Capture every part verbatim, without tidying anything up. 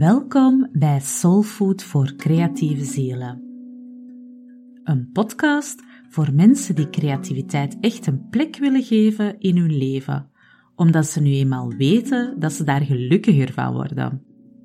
Welkom bij Soulfood voor creatieve zielen. Een podcast voor mensen die creativiteit echt een plek willen geven in hun leven, omdat ze nu eenmaal weten dat ze daar gelukkiger van worden.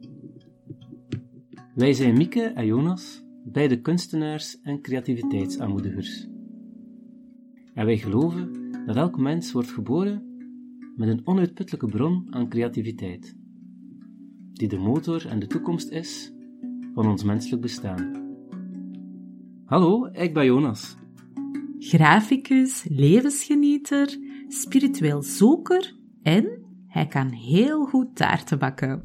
Wij zijn Mieke en Jonas, beide kunstenaars en creativiteitsaanmoedigers. En wij geloven dat elk mens wordt geboren met een onuitputtelijke bron aan creativiteit, die de motor en de toekomst is van ons menselijk bestaan. Hallo, ik ben Jonas. Graficus, levensgenieter, spiritueel zoeker en hij kan heel goed taarten bakken.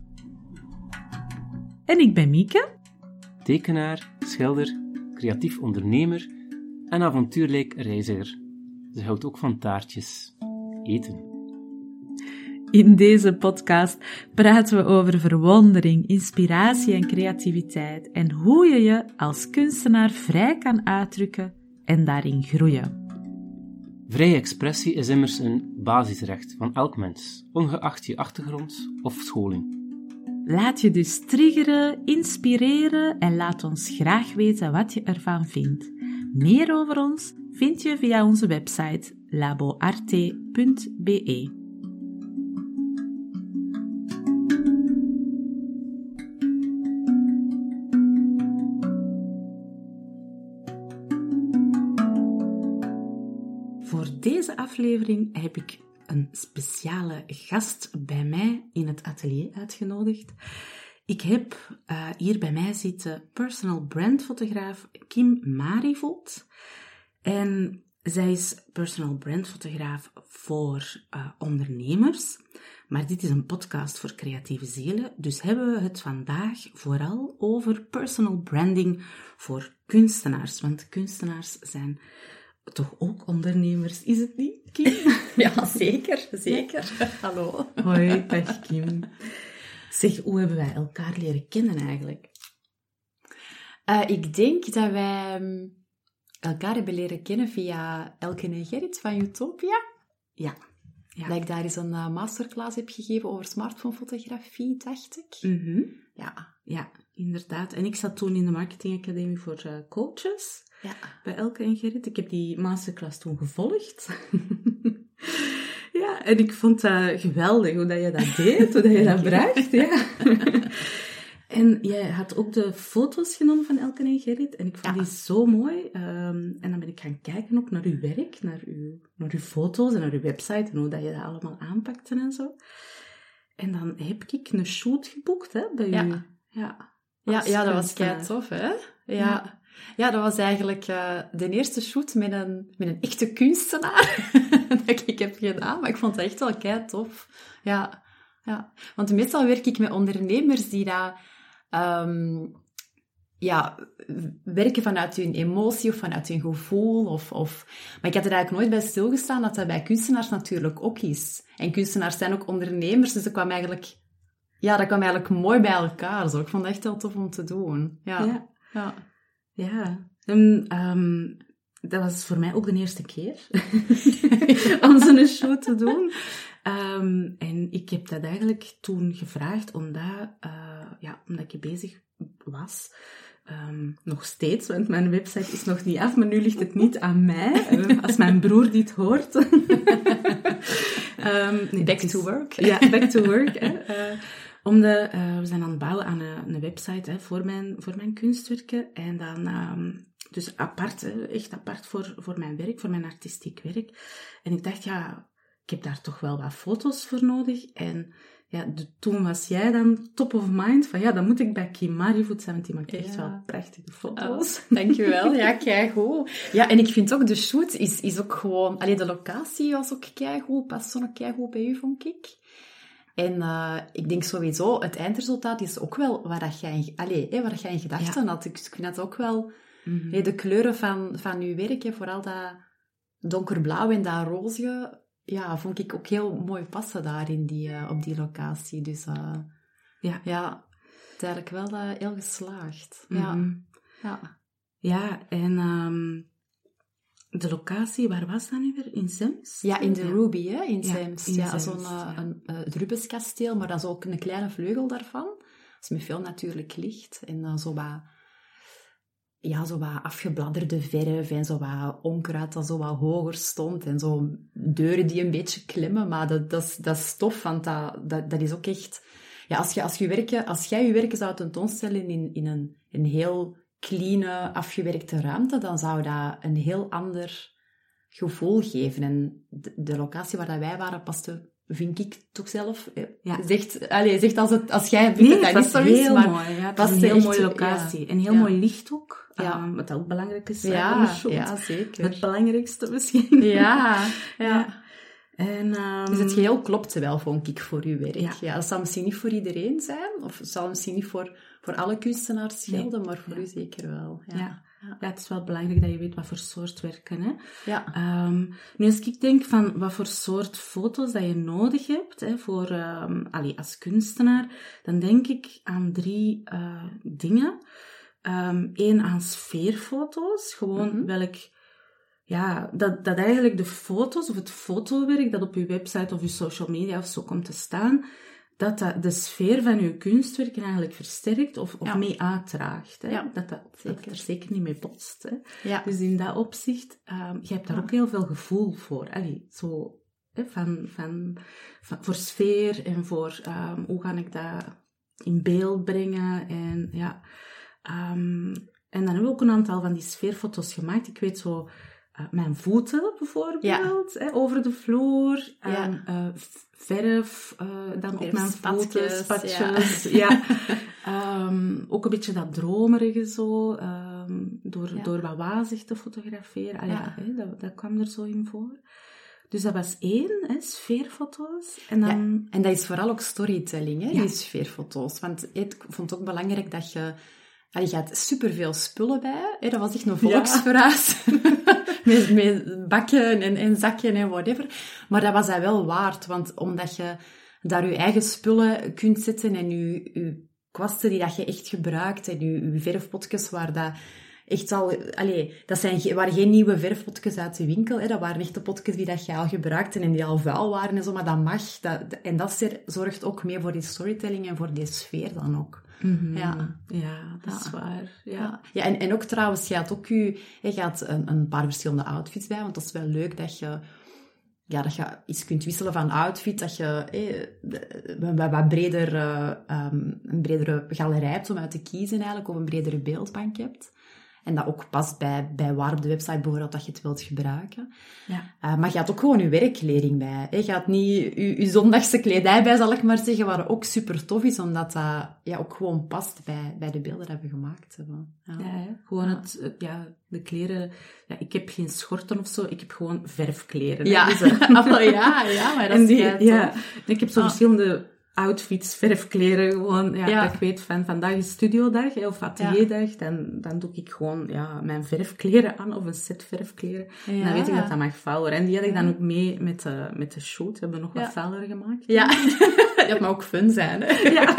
En ik ben Mieke. Tekenaar, schilder, creatief ondernemer en avontuurlijk reiziger. Ze houdt ook van taartjes. Eten. In deze podcast praten we over verwondering, inspiratie en creativiteit en hoe je je als kunstenaar vrij kan uitdrukken en daarin groeien. Vrije expressie is immers een basisrecht van elk mens, ongeacht je achtergrond of scholing. Laat je dus triggeren, inspireren en laat ons graag weten wat je ervan vindt. Meer over ons vind je via onze website laboarte punt be. Voor deze aflevering heb ik een speciale gast bij mij in het atelier uitgenodigd. Ik heb uh, hier bij mij zitten personal brandfotograaf Kim Marivold. En zij is personal brandfotograaf voor uh, ondernemers. Maar dit is een podcast voor creatieve zielen. Dus hebben we het vandaag vooral over personal branding voor kunstenaars. Want kunstenaars zijn toch ook ondernemers, is het niet, Kim? Ja, zeker, zeker. Hallo. Hoi, dag Kim. Zeg, hoe hebben wij elkaar leren kennen eigenlijk? Uh, ik denk dat wij elkaar hebben leren kennen via Elke en Gerrit van Utopia. Ja. ja. Dat ik daar eens een uh, masterclass heb gegeven over smartphonefotografie, dacht ik. Mm-hmm. Ja. Ja, inderdaad. En ik zat toen in de marketingacademie voor uh, coaches. Ja. Bij Elke en Gerrit. Ik heb die masterclass toen gevolgd. Ja, en ik vond dat geweldig, hoe dat je dat deed, hoe dat je dat bracht. Ja. En jij had ook de foto's genomen van Elke en Gerrit. En ik vond ja. die zo mooi. Um, en dan ben ik gaan kijken ook naar uw werk, naar uw, naar uw foto's en naar uw website. En hoe dat je dat allemaal aanpakte en zo. En dan heb ik een shoot geboekt, hè, bij ja. u. Ja, ja, ja, dat was kei tof, hè? Ja. ja. Ja, dat was eigenlijk uh, de eerste shoot met een, met een echte kunstenaar dat ik heb gedaan. Maar ik vond het echt wel kei tof. Ja, ja. Want meestal werk ik met ondernemers die dat, um, ja, werken vanuit hun emotie of vanuit hun gevoel. Of, of... Maar ik had er eigenlijk nooit bij stilgestaan dat dat bij kunstenaars natuurlijk ook is. En kunstenaars zijn ook ondernemers, dus dat kwam eigenlijk, ja, dat kwam eigenlijk mooi bij elkaar. Zo. Ik vond het echt heel tof om te doen. Ja, ja. ja. Ja, en, um, dat was voor mij ook de eerste keer om zo'n show te doen. Um, en ik heb dat eigenlijk toen gevraagd omdat, uh, ja, omdat ik bezig was. Um, nog steeds, want mijn website is nog niet af, maar nu ligt het niet aan mij. Uh, als mijn broer dit hoort. um, nee, back is, to work. Ja, back to work. Hè. Uh, Omdat, uh, we zijn aan het bouwen aan een, een website hè, voor, mijn, voor mijn kunstwerken. En dan, um, dus apart, hè, echt apart voor, voor mijn werk, voor mijn artistiek werk. En ik dacht, ja, ik heb daar toch wel wat foto's voor nodig. En ja, de, toen was jij dan top of mind van, ja, dan moet ik bij Kim Marivold zijn, want die maakt echt ja. wel prachtige foto's. Oh, dankjewel, ja, keigoed. Ja, en ik vind ook, de shoot is, is ook gewoon, allee, de locatie was ook keigoed, past zo ook keigoed bij u, vond ik. En uh, ik denk sowieso, het eindresultaat is ook wel waar dat jij in, allez, hè, waar dat jij in gedachten ja. had. Ik vind dat ook wel, mm-hmm. hè, de kleuren van, van je werk, hè, vooral dat donkerblauw en dat roze, ja, vond ik ook heel mooi passen daar in die, uh, op die locatie. Dus uh, ja. ja, het is eigenlijk wel uh, heel geslaagd. Mm-hmm. Ja. ja. Ja, en... Um... De locatie, waar was dat nu weer? In Zems? Ja, in de ja. Ruby, hè, in ja, Zems. In ja, Zems, zo'n ja. een, uh, het Rubenskasteel, maar dat is ook een kleine vleugel daarvan. is met veel natuurlijk licht. En uh, zo wat... Ja, zo wat afgebladderde verf en zo wat onkruid dat zo wat hoger stond. En zo deuren die een beetje klimmen. Maar dat, dat, is, dat is tof, want dat, dat, dat is ook echt... Ja, als, je, als, je werken, als jij je werken zou tentoonstellen in, in een, een heel clean, afgewerkte ruimte, dan zou dat een heel ander gevoel geven. En de, de locatie waar dat wij waren paste, vind ik toch zelf... Ja. Zegt, allez, zegt als, het, als jij vindt nee, dat dat niet zo is, heel maar... mooi. Ja, het was een heel echt, mooie locatie. Ja. En heel ja. mooi licht ook. Ja. Um, wat ook belangrijk is. Ja, ja, zeker. Het belangrijkste misschien. Ja, ja. ja. En, um... Dus het geheel klopt wel, vond ik, voor uw werk. Ja. Ja, dat zal misschien niet voor iedereen zijn, of het zal misschien niet voor, voor alle kunstenaars gelden, nee. maar voor ja. u zeker wel. Ja. Ja. Ja. ja, het is wel belangrijk dat je weet wat voor soort werken. Hè? Ja. Um, nu, als ik denk van wat voor soort foto's dat je nodig hebt hè, voor, um, allee, als kunstenaar, dan denk ik aan drie uh, dingen. Um, Eén aan sfeerfoto's, gewoon mm-hmm. welk... Ja, dat, dat eigenlijk de foto's of het fotowerk dat op je website of je social media of zo komt te staan, dat dat de sfeer van je kunstwerken eigenlijk versterkt of, of ja. mee uitdraagt. Hè? Ja, dat, dat, dat het er zeker niet mee botst. Hè? Ja. Dus in dat opzicht, um, je hebt daar ja. ook heel veel gevoel voor. Allee, zo, hè, van, van, van, voor sfeer en voor um, hoe ga ik dat in beeld brengen. En, ja, um, en dan hebben we ook een aantal van die sfeerfoto's gemaakt. Ik weet zo... Uh, mijn voeten bijvoorbeeld, ja. hè, over de vloer, ja. um, uh, verf, uh, dan op mijn voeten, spatjes, ja. ja. um, ook een beetje dat dromerige zo, um, door, ja. door wat wazig te fotograferen. Ah, ja. Ja, hè, dat, dat kwam er zo in voor. Dus dat was één, hè, sfeerfoto's. En, dan... ja, en dat is vooral ook storytelling, hè, ja. die sfeerfoto's. Want ik vond het ook belangrijk dat je... Je gaat superveel spullen bij. Hè? Dat was echt een volksverhuis. Ja. met, met bakken en, en zakken en whatever. Maar dat was dat wel waard. Want omdat je daar je eigen spullen kunt zetten en je, je kwasten die dat je echt gebruikt en je, je verfpotjes waar dat echt al... Allee, dat zijn, waren geen nieuwe verfpotjes uit de winkel. Hè? Dat waren echt de potjes die dat je al gebruikte en die al vuil waren en zo. Maar dat mag. Dat, en dat zorgt ook mee voor die storytelling en voor die sfeer dan ook. Mm-hmm. Ja. ja, dat is ja. waar. Ja, ja. ja en, en ook trouwens, je had ook je, je had een, een paar verschillende outfits bij, want dat is wel leuk dat je, ja, dat je iets kunt wisselen van outfit, dat je eh, wat breder, uh, um, een bredere galerij hebt om uit te kiezen eigenlijk, of een bredere beeldbank hebt. En dat ook past bij, bij waar op de website bijvoorbeeld dat je het wilt gebruiken. Ja. Uh, maar je had ook gewoon je werkkleding bij. Hè? Je had niet je, je zondagse kledij bij, zal ik maar zeggen, waar ook super tof is, omdat dat ja, ook gewoon past bij, bij de beelden die we gemaakt hebben. Ja, ja hè? Gewoon ja. Het, het, ja, de kleren... Ja, ik heb geen schorten of zo, ik heb gewoon verfkleren. Ja, dus, uh, ja, ja, maar dat en is die, tof. Ja, ik heb zo ah. verschillende... outfits, verfkleren, gewoon, ja, ja. dat ik weet van vandaag is studiodag, hè, of atelierdag, ja. dan, dan doe ik gewoon, ja, mijn verfkleren aan, of een set verfkleren. Ja. En dan weet ik dat dat mag vouwen. En die had ik dan ook mee met de, met de shoot, hebben we nog ja. wat vuiler gemaakt. Ja, dat mag ook fun zijn, hè. Ja.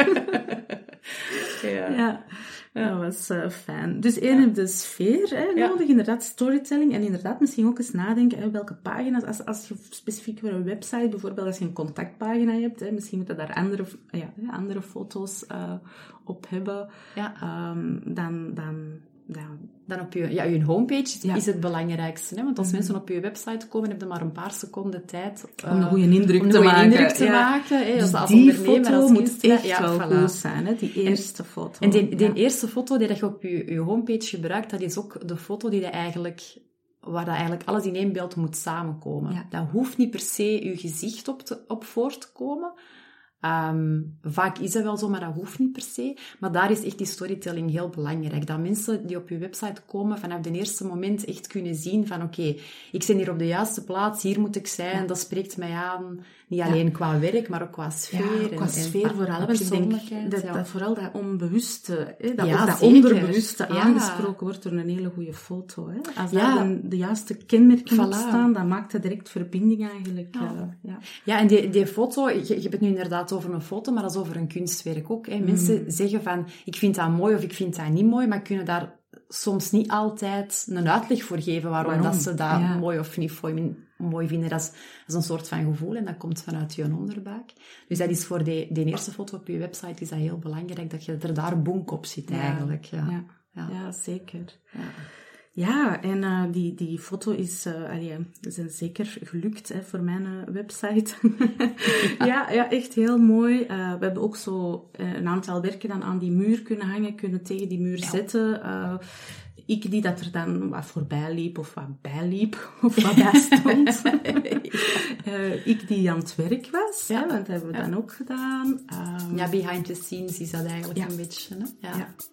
ja. ja. Ja, dat was uh, fijn. Dus één ja. heb de sfeer hè, ja. nodig, inderdaad storytelling. En inderdaad misschien ook eens nadenken, hè, welke pagina's, als, als je specifiek voor een website, bijvoorbeeld als je een contactpagina hebt, hè, misschien moet je daar andere, ja, andere foto's uh, op hebben. Ja. Um, dan... dan Ja. Dan op je, ja, je homepage ja. is het belangrijkste. Hè? Want als mm-hmm. mensen op je website komen, hebben ze maar een paar seconden tijd uh, om een goede indruk om te een maken. Indruk te ja. maken hè? Dus als die ondernemer, foto als moet echt ja, wel voilà. goed zijn, hè? Die eerste en, foto. En die, die ja. eerste foto die je op je, je homepage gebruikt, dat is ook de foto die je eigenlijk... waar dat eigenlijk alles in één beeld moet samenkomen. Ja. Dat hoeft niet per se je gezicht op, te, op voor te komen. Um, vaak is dat wel zo, maar dat hoeft niet per se. Maar daar is echt die storytelling heel belangrijk. Dat mensen die op je website komen, vanaf de eerste moment echt kunnen zien van oké, okay, ik ben hier op de juiste plaats, hier moet ik zijn, ja. dat spreekt mij aan. Niet alleen ja. qua werk, maar ook qua sfeer. Ja, qua en, sfeer en, vooral. Want ik denk dat, ja. dat vooral dat onbewuste, hè, dat, ja, dat zeker. onderbewuste ja. aangesproken wordt door een hele goede foto. Hè. Als ja. daar de, de juiste kenmerken voilà. op staan, dan maakt dat direct verbinding eigenlijk. Ja, uh, ja. ja en die, die foto, je, je hebt het nu inderdaad over een foto, maar dat is over een kunstwerk ook. Hè. Mensen mm. zeggen van, ik vind dat mooi of ik vind dat niet mooi, maar kunnen daar soms niet altijd een uitleg voor geven waarom, waarom? dat ze dat ja. mooi of niet mooi, mooi vinden. Dat is, dat is een soort van gevoel en dat komt vanuit je onderbuik. Dus dat is voor de, de eerste foto op je website is dat heel belangrijk, dat je er daar bonk op zit eigenlijk. Ja, ja. ja. ja zeker. Ja. Ja, en uh, die, die foto is, uh, allee, is zeker gelukt hè, voor mijn uh, website. ja. ja, ja, echt heel mooi. Uh, we hebben ook zo uh, een aantal werken dan aan die muur kunnen hangen, kunnen tegen die muur ja. zetten. Uh, ik die dat er dan wat voorbij liep, of wat bijliep, of wat bij stond. uh, ik die aan het werk was, ja. hè, want dat hebben we ja. dan ook gedaan. Um, ja, behind the scenes is dat eigenlijk ja. een beetje. Hè? Ja. ja.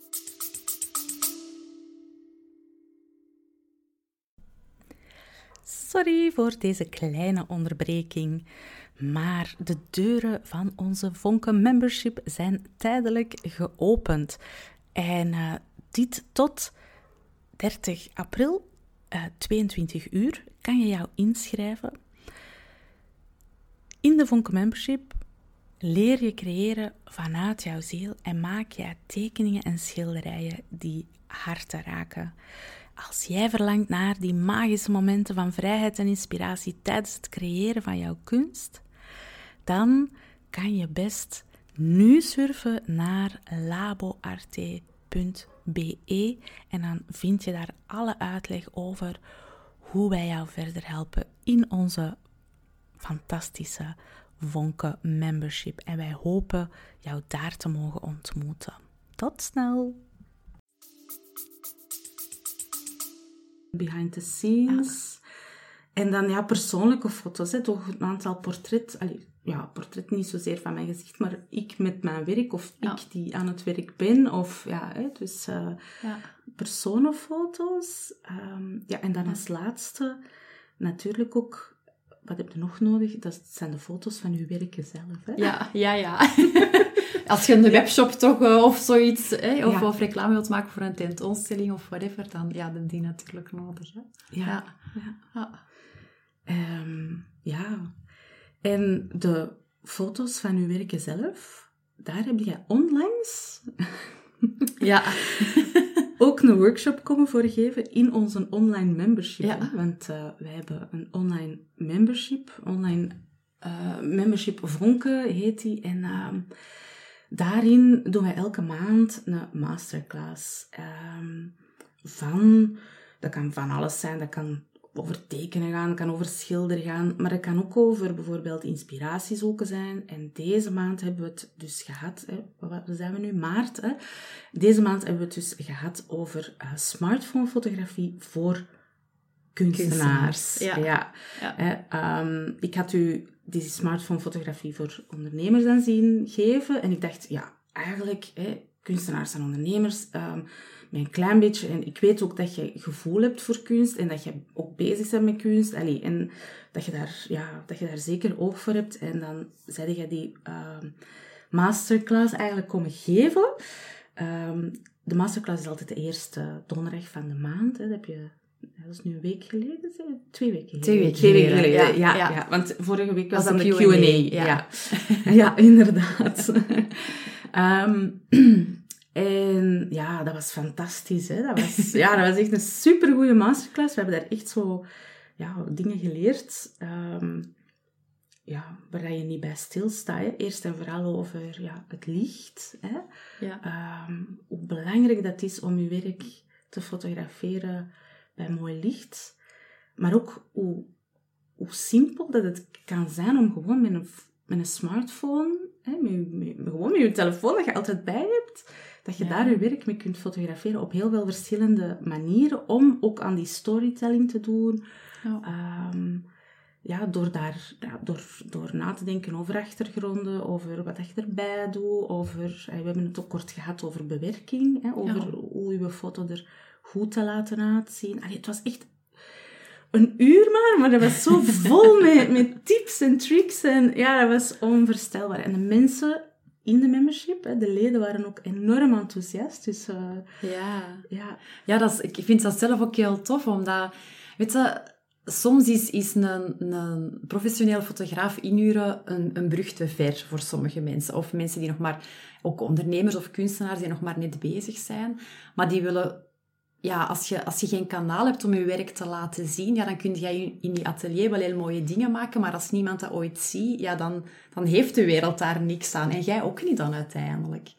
Sorry voor deze kleine onderbreking, maar de deuren van onze Vonke Membership zijn tijdelijk geopend. En uh, dit tot dertig april, uh, tweeëntwintig uur, kan je jou inschrijven. In de Vonke Membership leer je creëren vanuit jouw ziel en maak jij tekeningen en schilderijen die harten raken. Als jij verlangt naar die magische momenten van vrijheid en inspiratie tijdens het creëren van jouw kunst, dan kan je best nu surfen naar laboarte punt be en dan vind je daar alle uitleg over hoe wij jou verder helpen in onze fantastische Vonke Membership. En wij hopen jou daar te mogen ontmoeten. Tot snel! Behind the scenes. Ja. En dan ja, persoonlijke foto's. Hè, toch een aantal portret... Allee, ja, portret niet zozeer van mijn gezicht, maar ik met mijn werk. Of ja. ik die aan het werk ben. Of ja, hè, dus uh, ja. personenfoto's. Um, ja, en dan ja. als laatste natuurlijk ook... Wat heb je nog nodig? Dat zijn de foto's van uw werken zelf. Hè? Ja, ja, ja. Als je een ja. webshop toch uh, of zoiets, hè, of, ja. of reclame wilt maken voor een tentoonstelling of whatever, dan ja, dan die natuurlijk nodig. Hè? Ja. Ja. Ja. Ja. Um, ja. En de foto's van uw werken zelf, daar heb je onlangs ja. ook een workshop komen voor geven in onze online membership. Ja. Hè? Want uh, wij hebben een online membership, online uh, membership Vonke heet die. En uh, daarin doen wij elke maand een masterclass. Um, van, dat kan van alles zijn, dat kan over tekenen gaan, dat kan over schilderen gaan, maar dat kan ook over bijvoorbeeld inspiratie zoeken zijn. En deze maand hebben we het dus gehad, hè, wat zijn we nu, maart, hè? Deze maand hebben we het dus gehad over uh, smartphonefotografie voor kunstenaars. Ja. Ja. Ja. Hè, um, ik had u deze smartphonefotografie voor ondernemers aan zien geven en ik dacht, ja, eigenlijk, hè, kunstenaars en ondernemers... Um, met een klein beetje, en ik weet ook dat je gevoel hebt voor kunst en dat je ook bezig bent met kunst. Allee, en dat je, daar, ja, dat je daar zeker oog voor hebt. En dan zei je die uh, masterclass eigenlijk komen geven. Um, de masterclass is altijd de eerste donderdag van de maand. Hè. Dat heb je... Dat is nu een week geleden, twee weken geleden. Twee weken Twee weken geleden, geleden. Ja, ja, ja. Want vorige week was, was dan de Q en A. Ja, ja. ja inderdaad. um, En ja, dat was fantastisch. Hè? Dat was, ja, dat was echt een supergoeie masterclass. We hebben daar echt zo ja, dingen geleerd um, ja, waar je niet bij stilstaat. Hè? Eerst en vooral over ja, het licht. Hè? Ja. Um, hoe belangrijk dat is om je werk te fotograferen bij mooi licht. Maar ook hoe, hoe simpel dat het kan zijn om gewoon met een, met een smartphone, hè, met, met, gewoon met je telefoon dat je altijd bij hebt, dat je ja. daar je werk mee kunt fotograferen op heel veel verschillende manieren, om ook aan die storytelling te doen. Ja. Um, ja, door, daar, ja, door, door na te denken over achtergronden, over wat je erbij doet, over... We hebben het ook kort gehad over bewerking, hè, over ja. hoe je foto er goed te laten uitzien. Allee, het was echt een uur maar, maar dat was zo vol met, met tips en tricks. En ja, dat was onvoorstelbaar. En de mensen in de membership, hè, de leden, waren ook enorm enthousiast. Dus, uh, ja, ja. ja dat is, ik vind dat zelf ook heel tof, omdat... Weet je, soms is, is een, een professioneel fotograaf inhuren een, een brug te ver voor sommige mensen. Of mensen die nog maar... Ook ondernemers of kunstenaars die nog maar net bezig zijn. Maar die willen ja, als je, als je geen kanaal hebt om je werk te laten zien, ja, dan kun je in je atelier wel heel mooie dingen maken, maar als niemand dat ooit ziet, ja, dan, dan heeft de wereld daar niks aan. En jij ook niet dan uiteindelijk.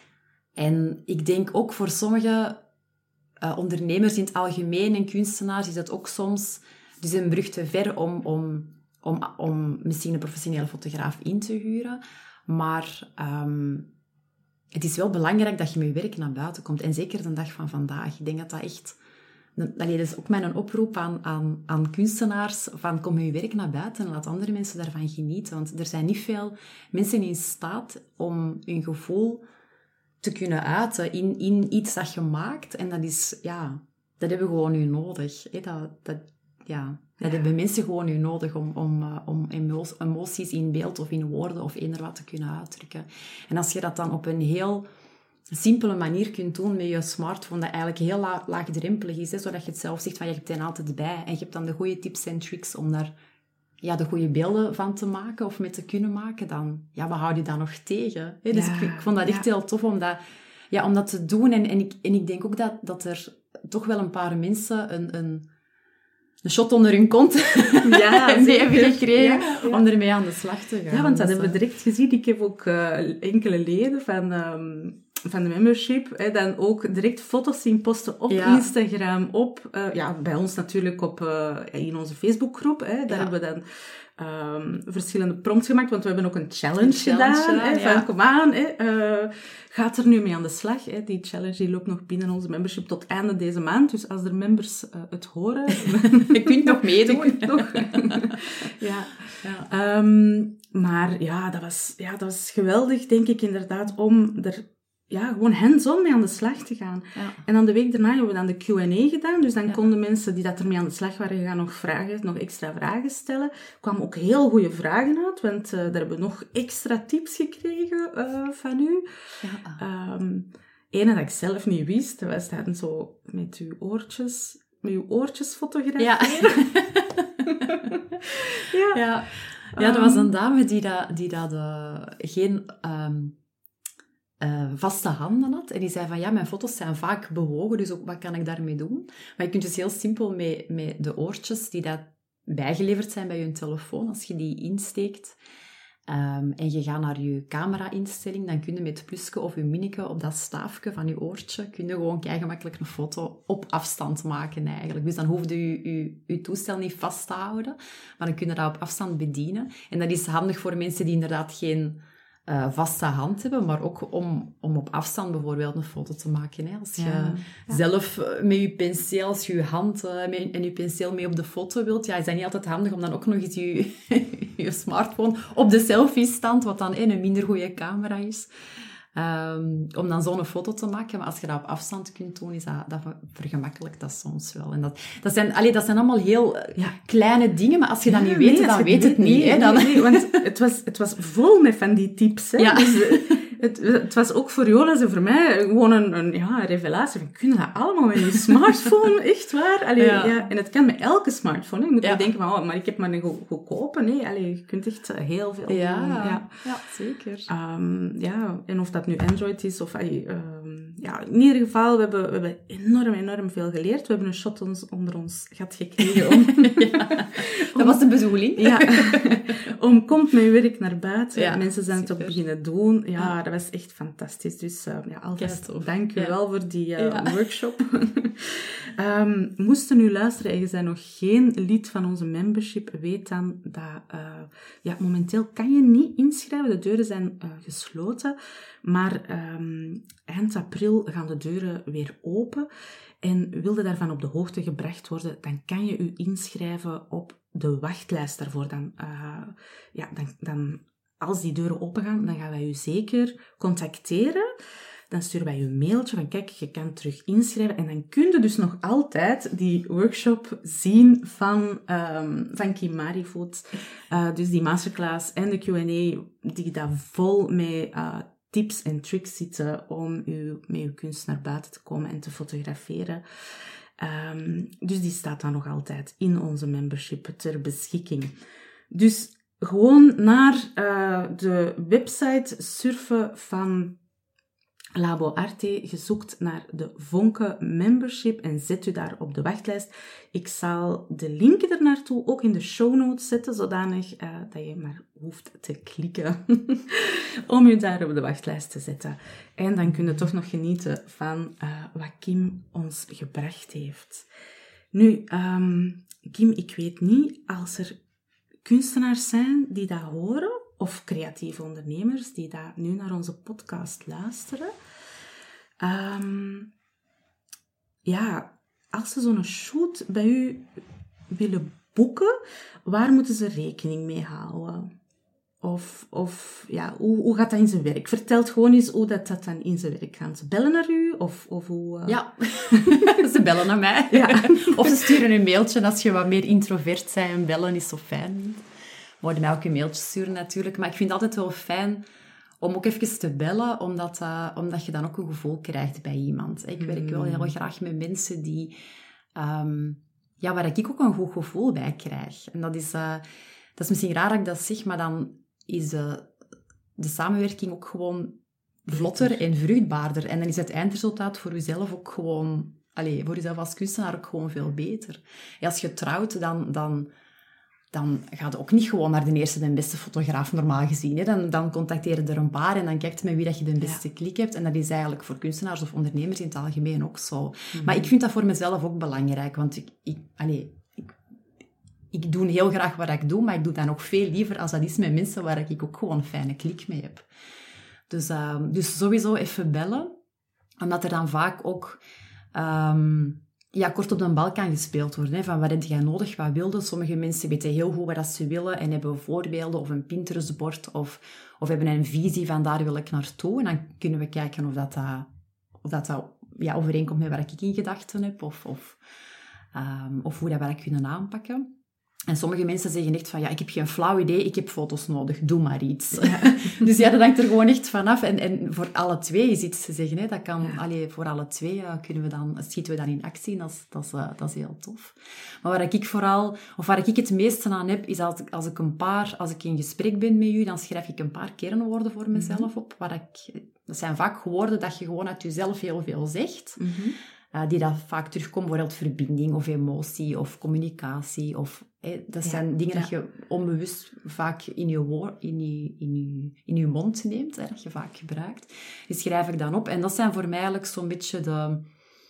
En ik denk ook voor sommige uh, ondernemers in het algemeen en kunstenaars is het ook soms dus een brug te ver om, om, om, om misschien een professionele fotograaf in te huren. Maar um, het is wel belangrijk dat je met je werk naar buiten komt. En zeker de dag van vandaag. Ik denk dat dat echt... Allee, dat is ook mijn oproep aan, aan, aan kunstenaars. Van kom met je werk naar buiten en laat andere mensen daarvan genieten. Want er zijn niet veel mensen in staat om hun gevoel te kunnen uiten in, in iets dat je maakt. En dat is... Ja, dat hebben we gewoon nu nodig. He, dat, dat, ja, dat hebben mensen gewoon nu nodig om, om, uh, om emoties in beeld of in woorden of eender wat te kunnen uitdrukken. En als je dat dan op een heel simpele manier kunt doen met je smartphone, dat eigenlijk heel la- laagdrempelig is, hè, zodat je het zelf zegt van je hebt het altijd bij en je hebt dan de goede tips en tricks om daar ja, de goede beelden van te maken of mee te kunnen maken, dan ja, wat hou je dan nog tegen? Hè? Dus ja, ik, ik vond dat echt ja. heel tof om dat, ja, om dat te doen. En, en, ik, en ik denk ook dat, dat er toch wel een paar mensen een... een een shot onder hun kont ja, mee hebben gekregen ja, ja. om ermee aan de slag te gaan. Ja, want dat dus, hebben we direct gezien. Ik heb ook uh, enkele leden van, um, van de membership hè, dan ook direct foto's zien posten op ja. Instagram, op, uh, ja, bij ons natuurlijk op, uh, in onze Facebookgroep. Hè, daar ja. hebben we dan um, verschillende prompts gemaakt, want we hebben ook een challenge, een challenge gedaan. gedaan hè, ja. Van, kom aan, hè, uh, gaat er nu mee aan de slag. Hè. Die challenge die loopt nog binnen onze membership tot einde deze maand. Dus als er members uh, het horen... je kunt nog meedoen. Je kunt nog. ja. ja. Um, maar ja dat, was, ja, dat was geweldig, denk ik, inderdaad, om er ja, gewoon hands-on mee aan de slag te gaan. Ja. En dan de week daarna hebben we dan de Q en A gedaan. Dus dan ja. konden mensen die dat ermee aan de slag waren gegaan nog vragen, nog extra vragen stellen. Er kwamen ook heel goede vragen uit, want uh, daar hebben we nog extra tips gekregen uh, van u. Ja. Um, ene dat ik zelf niet wist, dat was dan zo met uw oortjes, met uw oortjes fotograferen. Ja. ja. ja. Ja, er was een dame die dat, die dat uh, geen... Um, Uh, vaste handen had. En die zei van, ja, mijn foto's zijn vaak bewogen, dus ook, wat kan ik daarmee doen? Maar je kunt dus heel simpel met, met de oortjes die dat bijgeleverd zijn bij je telefoon, als je die insteekt um, en je gaat naar je camera-instelling, dan kun je met het plusje of je minneke op dat staafje van je oortje, kun je gewoon keigemakkelijk een foto op afstand maken eigenlijk. Dus dan hoefde je, je je toestel niet vast te houden, maar dan kun je dat op afstand bedienen. En dat is handig voor mensen die inderdaad geen... Uh, vaste hand hebben, maar ook om, om op afstand bijvoorbeeld een foto te maken. Hè. Als je ja, ja. zelf met je penseel, als je je hand uh, mee, en je penseel mee op de foto wilt, ja, is dat niet altijd handig om dan ook nog eens je, je smartphone op de selfie-stand, wat dan een minder goede camera is, um, om dan zo'n foto te maken. Maar als je dat op afstand kunt doen, is dat, dat vergemakkelijkt dat soms wel. En dat, dat, zijn, allee, dat zijn allemaal heel ja. kleine dingen, maar als je dat ja, niet weet, nee, dan weet het niet. Nee, hè, dan... nee, nee, want het was, het was vol met van die tips. Hè. Ja. Dus, het, het was ook voor Jonas en voor mij gewoon een, een, ja, een revelatie. We kunnen dat allemaal met je smartphone, echt waar. Allee, ja. Ja, en het kan met elke smartphone. Hè. Je moet ja. niet denken van, oh, maar ik heb maar een go- goedkope. Nee, allee, je kunt echt heel veel ja. doen. Ja, ja zeker. Um, ja, en of dat nu Android is of... Allee, um, ja, in ieder geval, we hebben, we hebben enorm, enorm veel geleerd. We hebben een shot ons, onder ons gat gekregen. Om, ja, dat om, was de bedoeling. Ja, om komt met je werk naar buiten. Ja, mensen zijn super. Het op beginnen doen. Ja, ja, dat was echt fantastisch. Dus uh, ja, alvast dank u ja. wel voor die uh, ja. workshop. um, moesten u luisteren en je bent nog geen lid van onze membership, weet dan dat uh, ja, momenteel kan je niet inschrijven. De deuren zijn uh, gesloten. Maar um, eind april gaan de deuren weer open. En wilde daarvan op de hoogte gebracht worden, dan kan je u inschrijven op de wachtlijst daarvoor. Dan, uh, ja, dan, dan, als die deuren opengaan, dan gaan wij u zeker contacteren. Dan sturen wij u een mailtje van, kijk, je kan terug inschrijven. En dan kun je dus nog altijd die workshop zien van, um, van Kim Marivoet. Uh, dus die masterclass en de Q en A, die daar vol mee... Uh, tips en tricks zitten om u, met uw kunst naar buiten te komen en te fotograferen. Um, dus die staat dan nog altijd in onze membership ter beschikking. Dus gewoon naar uh, de website surfen van Labo Arte. Je zoekt naar de Vonke Membership en zet u daar op de wachtlijst. Ik zal de link er naartoe ook in de show notes zetten, zodanig uh, dat je maar hoeft te klikken om je daar op de wachtlijst te zetten. En dan kun je toch nog genieten van uh, wat Kim ons gebracht heeft. Nu, um, Kim, ik weet niet, als er kunstenaars zijn die dat horen, of creatieve ondernemers die dat nu naar onze podcast luisteren. Um, ja, als ze zo'n shoot bij u willen boeken, waar moeten ze rekening mee houden? Of, of ja, hoe, hoe gaat dat in zijn werk? Vertel gewoon eens hoe dat, dat dan in zijn werk gaat. Ze bellen naar u? Of, of hoe, uh... Ja, ze bellen naar mij. Ja. Of ze sturen een mailtje als je wat meer introvert bent en bellen is zo fijn. Mogen mij ook een mailtje sturen natuurlijk. Maar ik vind het altijd wel fijn om ook even te bellen, omdat, uh, omdat je dan ook een gevoel krijgt bij iemand. Ik werk wel heel graag met mensen die, um, ja, waar ik ook een goed gevoel bij krijg. En dat is, uh, dat is misschien raar dat ik dat zeg, maar dan is uh, de samenwerking ook gewoon vlotter en vruchtbaarder. En dan is het eindresultaat voor jezelf ook gewoon, allez, voor jezelf als kunstenaar ook gewoon veel beter. En als je trouwt, dan... dan dan gaat het ook niet gewoon naar de eerste de beste fotograaf normaal gezien. Hè. Dan, dan contacteer je er een paar en dan kijkt met wie dat je de beste ja. klik hebt. En dat is eigenlijk voor kunstenaars of ondernemers in het algemeen ook zo. Mm-hmm. Maar ik vind dat voor mezelf ook belangrijk. Want ik, ik, allez, ik, ik doe heel graag wat ik doe, maar ik doe dat nog veel liever als dat is met mensen waar ik ook gewoon een fijne klik mee heb. Dus, uh, dus sowieso even bellen. Omdat er dan vaak ook... Um, ja, kort op de bal kan gespeeld worden. Hè, van wat heb jij nodig, wat wilde. Sommige mensen weten heel goed wat ze willen en hebben voorbeelden of een Pinterest-bord of, of hebben een visie van daar wil ik naartoe. En dan kunnen we kijken of dat, uh, of dat uh, ja, overeenkomt met wat ik in gedachten heb of, of, um, of hoe dat we dat kunnen aanpakken. En sommige mensen zeggen echt van, ja, ik heb geen flauw idee, ik heb foto's nodig, doe maar iets. Ja. Dus ja, dat hangt er gewoon echt vanaf. En, en voor alle twee is iets te zeggen, hè. Dat kan, ja. allee, voor alle twee uh, kunnen we dan, schieten we dan in actie. Dat is, dat, is, uh, dat is heel tof. Maar waar ik vooral, of waar ik het meeste aan heb, is als, als ik een paar, als ik in gesprek ben met u, dan schrijf ik een paar kernwoorden voor mezelf op. Waar ik, dat zijn vaak woorden dat je gewoon uit jezelf heel veel zegt. Mm-hmm. Uh, die dat vaak terugkomen, bijvoorbeeld verbinding of emotie of communicatie. Of, eh, dat zijn ja, dingen ja. dat je onbewust vaak in je, woord, in je, in je, in je mond neemt, hè, dat je vaak gebruikt. Die schrijf ik dan op. En dat zijn voor mij eigenlijk zo'n beetje de,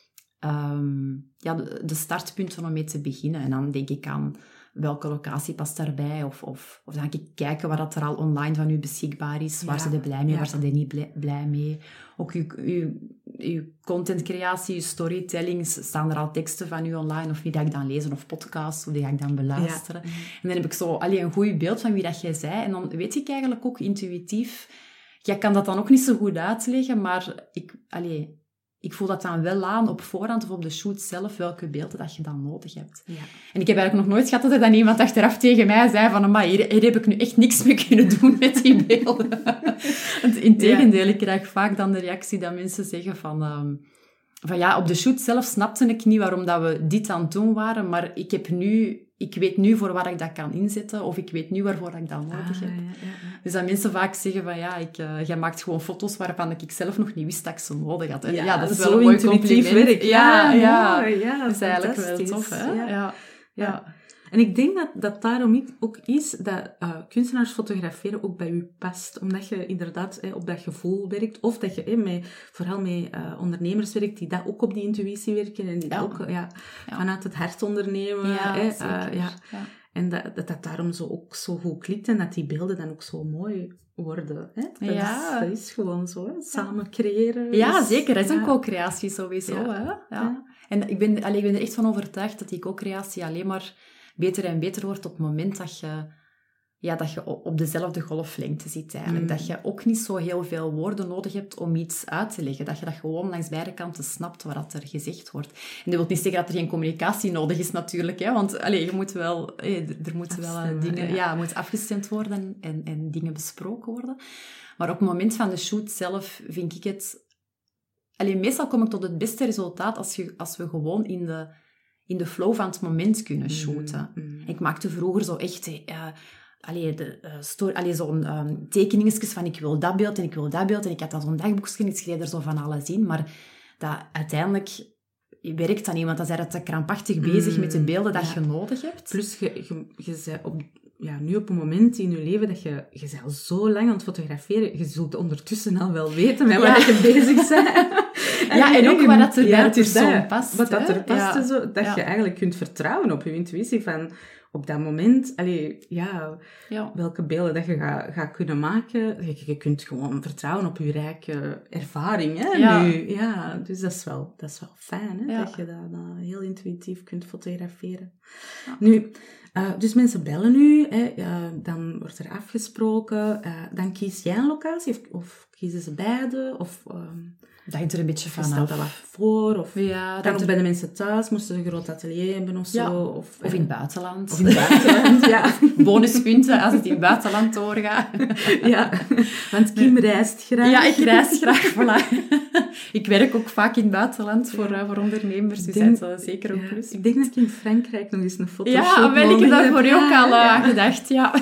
um, ja, de, de startpunten om mee te beginnen. En dan denk ik aan welke locatie past daarbij. Of, of, of dan ga ik kijken wat dat er al online van u beschikbaar is. Waar ja, ze er blij mee, ja. waar ze er niet blij, blij mee. Ook uw, uw, uw contentcreatie, uw storytellings. Staan er al teksten van u online? Of wie dat ik dan lezen? Of podcasts? Hoe die ga ik dan beluisteren? Ja. En dan heb ik zo allee, een goed beeld van wie dat jij zei. En dan weet ik eigenlijk ook intuïtief... Jij kan dat dan ook niet zo goed uitleggen, maar ik... Allee, Ik voel dat dan wel aan op voorhand of op de shoot zelf, welke beelden dat je dan nodig hebt. Ja. En ik heb eigenlijk nog nooit gehad dat er dan iemand achteraf tegen mij zei van, maar hier, hier heb ik nu echt niks mee kunnen doen met die beelden. Integendeel, ja. Ik krijg vaak dan de reactie dat mensen zeggen van, um, van ja, op de shoot zelf snapte ik niet waarom dat we dit aan het doen waren, maar ik heb nu... Ik weet nu voor waar ik dat kan inzetten, of ik weet nu waarvoor ik dat nodig ah, heb. Ja, ja, ja. Dus dat mensen vaak zeggen van, ja, ik, uh, jij maakt gewoon foto's waarvan ik zelf nog niet wist dat ik ze nodig had. En ja, ja, dat is zo wel een mooi intuïtief compliment. werk. Ja, ja, ja, ja, ja, dat is eigenlijk wel tof, hè. Ja. Ja. Ja. Ja. En ik denk dat dat daarom ook is dat uh, kunstenaars fotograferen ook bij u past. Omdat je inderdaad eh, op dat gevoel werkt. Of dat je eh, met, vooral met uh, ondernemers werkt die dat ook op die intuïtie werken. En die ja. dat ook ja, ja. vanuit het hart ondernemen. Ja, eh, zeker. Uh, ja. Ja. En dat, dat dat daarom zo ook zo goed klikt. En dat die beelden dan ook zo mooi worden. Hè? Dat, ja. is, dat is gewoon zo. Hè? Samen creëren. Ja, dus, zeker. Dat is ja. een co-creatie sowieso. Ja. Hè? Ja. Ja. En ik ben, allee, ik ben er echt van overtuigd dat die co-creatie alleen maar beter en beter wordt op het moment dat je, ja, dat je op dezelfde golflengte zit eigenlijk. Mm. Dat je ook niet zo heel veel woorden nodig hebt om iets uit te leggen. Dat je dat gewoon langs beide kanten snapt wat er gezegd wordt. En dat wil niet zeggen dat er geen communicatie nodig is natuurlijk. Hè? Want allee, je moet wel, er moeten wel dingen... Ja, ja, moet afgestemd worden en, en dingen besproken worden. Maar op het moment van de shoot zelf vind ik het... Allee, meestal kom ik tot het beste resultaat als, je, als we gewoon in de... in de flow van het moment kunnen shooten. Mm, mm. Ik maakte vroeger zo echt uh, allee, de, uh, story, allee, zo'n um, tekeningetjes van ik wil dat beeld en ik wil dat beeld. En ik had dan zo'n dagboekje en ik schreef er zo van alles in. Maar dat uiteindelijk werkt dan niet, want dan zijn het te krampachtig bezig mm, met de beelden dat ja. je nodig hebt. Plus, je, je, je bent op, ja, nu op een moment in je leven dat je, je bent al zo lang aan het fotograferen, je zult ondertussen al wel weten met ja. waar je bezig bent. En ja, en ook wat dat er bij ja, de persoon past. Wat dat er past, ja. zo, dat ja. je eigenlijk kunt vertrouwen op je intuïtie van... Op dat moment, allee, ja, ja. welke beelden dat je gaat ga kunnen maken. Je, je kunt gewoon vertrouwen op je rijke ervaring. Hè, ja. Nu. Ja, dus dat is wel, dat is wel fijn, hè, ja. dat je dat, dat heel intuïtief kunt fotograferen. Ja. Nu, uh, dus mensen bellen u, hè, uh, dan wordt er afgesproken. Uh, dan kies jij een locatie of, of kiezen ze beide? Of... Um, dat hangt er een beetje van af. Dat wat voor, of ja, dan ook er... bij de mensen thuis, moesten ze een groot atelier hebben of ja. zo. Of, of in het buitenland. Of in het buitenland, ja. Bonuspunten als het in het buitenland doorgaat. Ja, want Kim reist graag. Ja, ik reis graag, voilà. Ik werk ook vaak in het buitenland voor, ja. uh, voor ondernemers, dus denk, dat is zeker ook plus. Ja, ik denk dat ik in Frankrijk nog eens een foto Ja, wel, ik heb daar voor u ook al uh, ja. gedacht, ja.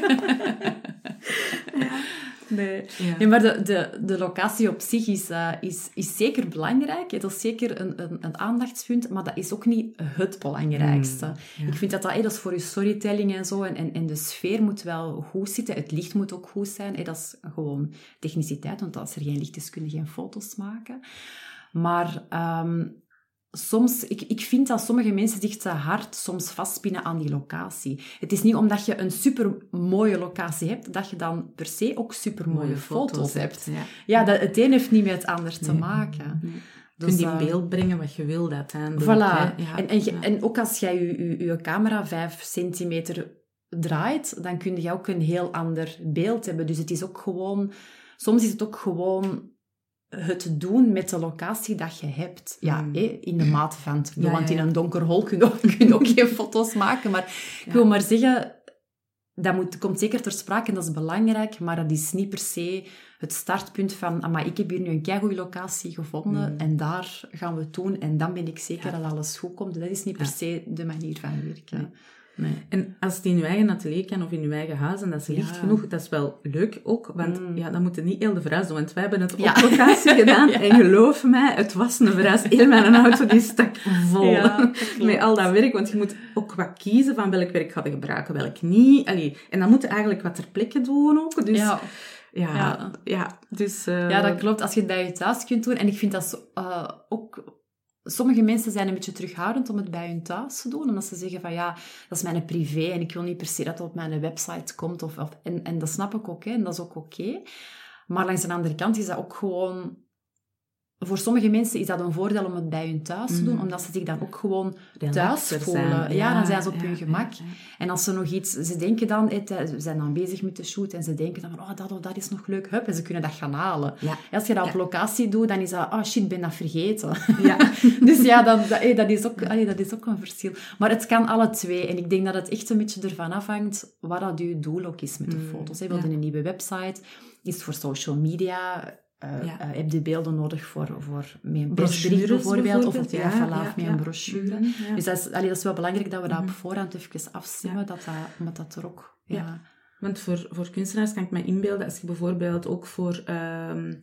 Ja. Nee. Ja. Nee, maar de, de, de locatie op zich is, uh, is, is zeker belangrijk. Dat is zeker een, een, een aandachtspunt, maar dat is ook niet het belangrijkste. Mm, ja. Ik vind dat dat, hey, dat is voor je storytelling en zo. En, en, en de sfeer moet wel goed zitten. Het licht moet ook goed zijn. Hey, dat is gewoon techniciteit, want als er geen licht is, kun je geen foto's maken. Maar... Um, Soms, ik, ik vind dat sommige mensen zich te hard soms vastpinnen aan die locatie. Het is niet omdat je een super mooie locatie hebt, dat je dan per se ook super mooie foto's, foto's hebt. hebt. Ja, ja dat, het een heeft niet met het ander te nee. maken. Nee. Dus, je kunt in beeld brengen wat je wil uiteindelijk. Voilà. Ja. En, en, ja. en ook als jij je, je, je camera vijf centimeter draait, dan kun je ook een heel ander beeld hebben. Dus het is ook gewoon... Soms is het ook gewoon... het doen met de locatie dat je hebt. Ja, mm. hé, in de mate van het doen. Ja, want ja, ja. in een donker hol kun je, ook, kun je ook geen foto's maken. Maar ik ja. wil maar zeggen, dat moet, komt zeker ter sprake en dat is belangrijk, maar dat is niet per se het startpunt van, maar ik heb hier nu een keigoede locatie gevonden mm. en daar gaan we het doen en dan ben ik zeker ja. dat alles goed komt. Dat is niet per ja. se de manier van werken. Nee. Nee. En als het in je eigen atelier kan of in je eigen huis en dat is licht ja. genoeg, dat is wel leuk ook, want mm. ja, dan moet je niet heel de verhuis doen, want wij hebben het op ja. locatie gedaan ja. en geloof mij, het was een verhuis. Heel mijn auto die stak vol ja, met al dat werk, want je moet ook wat kiezen van welk werk ga je gebruiken, welk niet. Allee, en dan moet je eigenlijk wat ter plekke doen ook, dus... Ja. Ja, ja. ja, dus... Uh... Ja, dat klopt, als je het bij je thuis kunt doen. En ik vind dat zo, uh, ook... Sommige mensen zijn een beetje terughoudend om het bij hun thuis te doen, omdat ze zeggen van ja, dat is mijn privé en ik wil niet per se dat het op mijn website komt. Of, of, en, en dat snap ik ook, hè, en dat is ook oké. Okay. Maar langs de andere kant is dat ook gewoon... Voor sommige mensen is dat een voordeel om het bij hun thuis te doen, mm. omdat ze zich dan ook gewoon thuis voelen. Ja, ja, dan zijn ze op ja, hun gemak. Ja, ja. En als ze nog iets... Ze denken dan... Ze zijn dan bezig met de shoot en ze denken dan van oh, dat of dat is nog leuk. Hup, en ze kunnen dat gaan halen. Ja. Als je dat ja. op locatie doet, dan is dat... Oh shit, ik ben dat vergeten. Ja. Dus ja, dat, dat, dat, is ook, allee, dat is ook een verschil. Maar het kan alle twee. En ik denk dat het echt een beetje ervan afhangt wat dat je doel ook is met de mm. foto's. Wil je ja. een nieuwe website? Is het voor social media... Uh, ja. uh, heb je beelden nodig voor, voor mijn persbericht bijvoorbeeld, bijvoorbeeld, of, ja, ja, ja, of mijn ja. brochure. Ja. Dus dat is, allee, dat is wel belangrijk dat we dat op voorhand even afstemmen, ja. dat dat, omdat dat er ook... Ja. Ja. Want voor, voor kunstenaars kan ik me inbeelden, als je bijvoorbeeld ook voor um,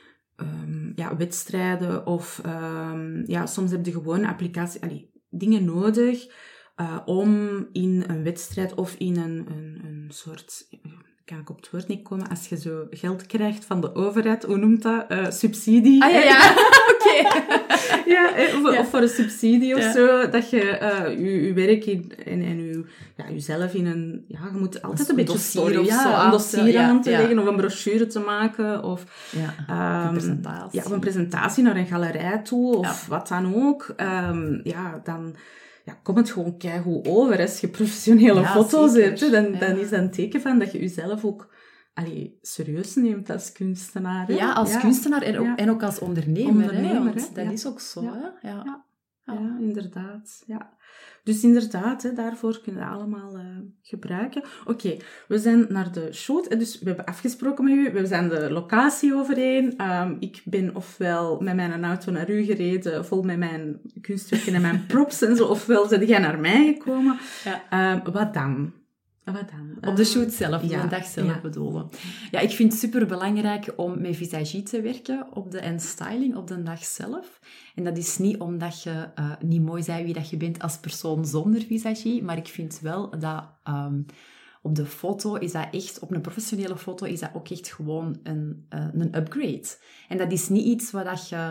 um, ja, wedstrijden of um, ja, soms heb je gewoon applicatie, allee, dingen nodig uh, om in een wedstrijd of in een, een, een soort... kan ik op het woord niet komen, als je zo geld krijgt van de overheid, hoe noemt dat? Uh, subsidie. Ah ja, ja. Oké. Ja, of, ja, of voor een subsidie of ja. zo, dat je uh, je, je werk in, en, en je, ja, jezelf in een... Ja, je moet altijd een, een beetje story, of ja, zo een dossier ja, aan te ja. leggen, of een brochure te maken, of... Ja, um, een presentatie. Ja, of een presentatie naar een galerij toe, of ja. wat dan ook. Um, ja, dan... Ja, komt het gewoon keigoed over. Als je professionele ja, foto's zeker. hebt, dan, ja. dan is dat een teken van dat je jezelf ook allee, serieus neemt als kunstenaar. Hè? Ja, als ja. kunstenaar en ook, ja. en ook als ondernemer. ondernemer hè, want hè? dat ja. is ook zo. Ja, hè? Ja. Ja. Ja. ja, inderdaad. Ja. Dus inderdaad, hè, daarvoor kunnen we allemaal uh, gebruiken. Oké, okay, we zijn naar de shoot. Dus we hebben afgesproken met u. We zijn de locatie overeen. Um, ik ben ofwel met mijn auto naar u gereden, vol met mijn kunstwerken en mijn props en zo. Ofwel zijn jij naar mij gekomen. Ja. Um, wat dan? Wat dan? Op de shoot zelf, op ja, de dag zelf ja. bedoelen. Ja, ik vind het superbelangrijk om met visagie te werken op de, en styling op de dag zelf. En dat is niet omdat je uh, niet mooi bent wie dat je bent als persoon zonder visagie, maar ik vind wel dat um, op de foto is dat echt, op een professionele foto is dat ook echt gewoon een, uh, een upgrade. En dat is niet iets wat dat je...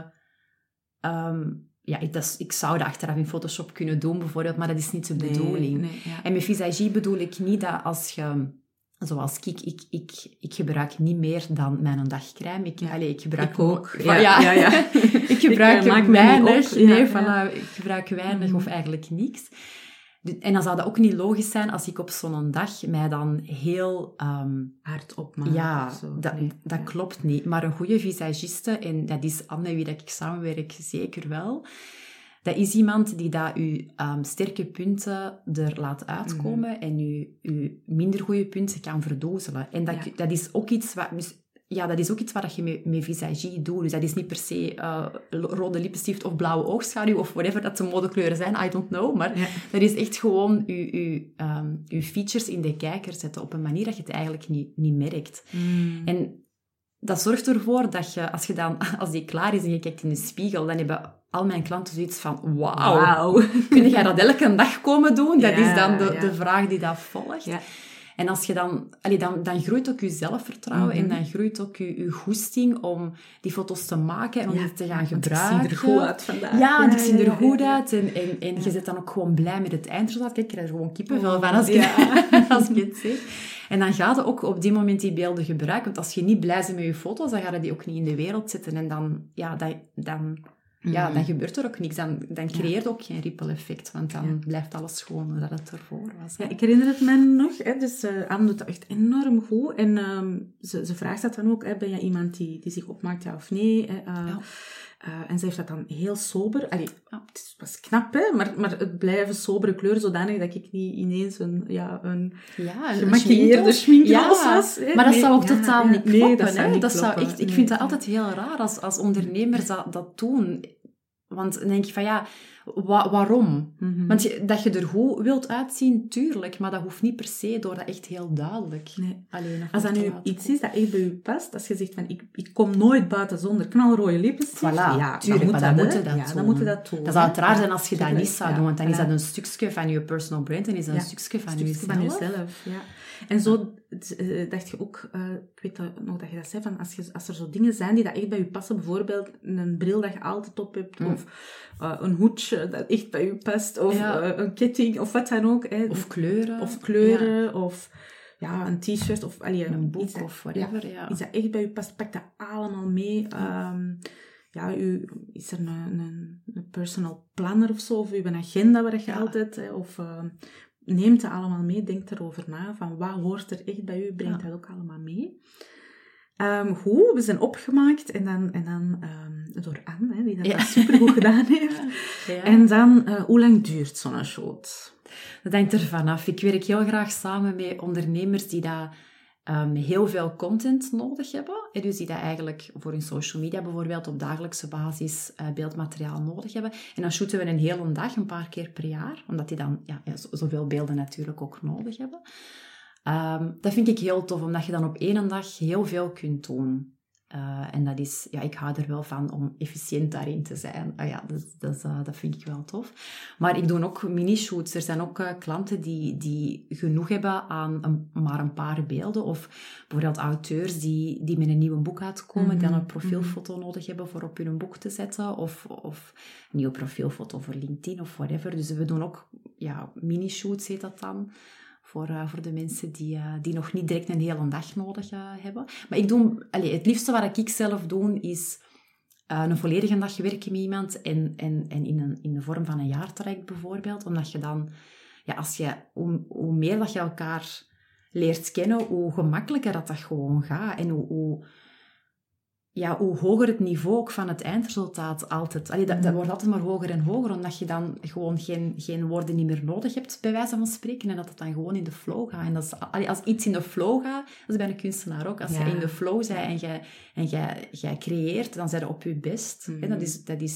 Um, Ja, ik, dat is, ik zou dat achteraf in Photoshop kunnen doen, bijvoorbeeld, maar dat is niet de bedoeling. Nee, nee, ja. En met visagie bedoel ik niet dat als je... Zoals ik, ik, ik, ik gebruik niet meer dan mijn dagcrème. Ik, Ja. allez, ik gebruik... Ik ook. Ja, Ja, ja, ja. ik gebruik ik, uh, maak me weinig. niet op. Nee, Ja, voilà, ja. ik gebruik weinig Mm. of eigenlijk niks. En dan zou dat ook niet logisch zijn als ik op zo'n dag mij dan heel... Um, hard opmaken. ja, of zo. dat, Nee, dat ja. klopt niet. Maar een goede visagiste, en dat is Anne, wie dat ik samenwerk, zeker wel... Dat is iemand die dat u um, sterke punten er laat uitkomen mm. en u, u minder goede punten kan verdoezelen. En dat, ja. dat is ook iets wat... Ja, dat is ook iets wat je met, met visagie doet. Dus dat is niet per se uh, rode lippenstift of blauwe oogschaduw of whatever dat de modekleuren zijn, I don't know. Maar ja. dat is echt gewoon uw, uw, um, uw features in de kijker zetten op een manier dat je het eigenlijk niet, niet merkt. Mm. En dat zorgt ervoor dat je, als je dan, als die klaar is en je kijkt in de spiegel, dan hebben al mijn klanten zoiets van, wauw, wow. kun jij dat elke dag komen doen? Dat ja, is dan de, ja. de vraag die dat volgt. Ja. En als je dan, allee, dan, dan groeit ook je zelfvertrouwen mm-hmm. en dan groeit ook je, je goesting om die foto's te maken en om ja, die te gaan ja, gebruiken. Ik zie er goed uit vandaag. Ja, ja, ik zie er ja, goed ja, ja. uit. En, en, en ja. je zit dan ook gewoon blij met het eindresultaat. Kijk, ik krijg er gewoon kippenvel oh, van als, ja. ik, als ik het zeg. En dan ga je ook op die moment die beelden gebruiken. Want als je niet blij bent met je foto's, dan ga je die ook niet in de wereld zetten. En dan, ja, dan, dan, ja, dan gebeurt er ook niks. Dan, dan creëert ja. ook geen ripple effect. Want dan ja. blijft alles gewoon hoe dat het ervoor was. Ja, ik herinner het mij nog. Hè, dus uh, Anne doet dat echt enorm goed. En um, ze, ze vraagt dat dan ook. Hè, ben je iemand die, die zich opmaakt, ja of nee? Uh, ja. Uh, en ze heeft dat dan heel sober. Allee, ja, het was knap, hè? Maar, maar het blijven sobere kleuren zodanig dat ik niet ineens een, ja, een ja, een gemaquilleerde schminkroos ja, was. Hè? Maar dat nee, zou ook ja, totaal ja, niet kloppen. Nee, dat zou, hè? niet Dat kloppen. zou echt, ik nee, vind dat nee. altijd heel raar als, als ondernemers dat, dat doen. Want dan denk je van ja, wa- waarom? Mm-hmm. Want je, dat je er goed wilt uitzien, tuurlijk, maar dat hoeft niet per se door dat echt heel duidelijk. Nee. Alleen als dat nu iets is dat echt bij je past, als je zegt van ik, ik kom nooit buiten zonder knalrode lippenstift, voilà, ja, tuurlijk, dan moet maar dat, dan moet je dat ja, doen. dan moet je dat doen. Dat zou het raar zijn als je ja, dat niet zou ja, doen, want dan ja. is dat een stukje van je personal brand en is dat ja, een stukje van, stukje jezelf. van jezelf. Ja. En zo uh, dacht je ook, uh, ik weet dat, nog dat je dat zei, van als, je, als er zo dingen zijn die dat echt bij je passen, bijvoorbeeld een bril dat je altijd op hebt, mm. of uh, een hoedje dat echt bij je past, of ja. uh, een ketting, of wat dan ook. Hè. Of kleuren. Of kleuren, ja. of ja, een t-shirt, of allee, een boek, dat, of whatever. Ja, ja. iets dat echt bij je past, pak dat allemaal mee. Um, ja, u, is er een, een, een personal planner of zo, of uw agenda waar je ja. altijd, hè, of... Uh, neemt het allemaal mee, denk erover na, van wat hoort er echt bij u, brengt ja. dat ook allemaal mee. Um, goed, we zijn opgemaakt en dan, en dan um, door Anne, hè, die dat, ja. dat supergoed gedaan heeft. Ja. Ja. En dan, uh, hoe lang duurt zo'n shoot? Dat hangt er vanaf. Ik werk heel graag samen met ondernemers die dat Um, heel veel content nodig hebben. En dus die dat eigenlijk voor hun social media bijvoorbeeld op dagelijkse basis uh, beeldmateriaal nodig hebben. En dan shooten we een hele dag, een paar keer per jaar. Omdat die dan ja, ja, zoveel beelden natuurlijk ook nodig hebben. Um, dat vind ik heel tof, omdat je dan op één dag heel veel kunt doen. Uh, en dat is, ja, ik hou er wel van om efficiënt daarin te zijn. Uh, ja, dat, dat, uh, dat vind ik wel tof. Maar ik doe ook mini-shoots. Er zijn ook uh, klanten die, die genoeg hebben aan een, maar een paar beelden. Of bijvoorbeeld auteurs die, die met een nieuw boek uitkomen, mm-hmm. die dan een profielfoto mm-hmm. nodig hebben voor op hun boek te zetten. Of, of een nieuwe profielfoto voor LinkedIn of whatever. Dus we doen ook ja, mini-shoots, heet dat dan. Voor, uh, voor de mensen die, uh, die nog niet direct een hele dag nodig uh, hebben. Maar ik doe, allez, het liefste wat ik zelf doe, is uh, een volledige dag werken met iemand en, en, en in, een, in de vorm van een jaartraject bijvoorbeeld. Omdat je dan, ja, als je, hoe, hoe meer dat je elkaar leert kennen, hoe gemakkelijker dat, dat gewoon gaat. En hoe, hoe, ja, hoe hoger het niveau ook van het eindresultaat altijd... Allee, dat, dat wordt altijd maar hoger en hoger, omdat je dan gewoon geen, geen woorden niet meer nodig hebt, bij wijze van spreken, en dat het dan gewoon in de flow gaat. En dat is, allee, als iets in de flow gaat, dat is bij een kunstenaar ook. Als ja. je in de flow bent en jij, en jij, jij creëert, dan zijn je op je best. Mm. Hè? Dat is, dat is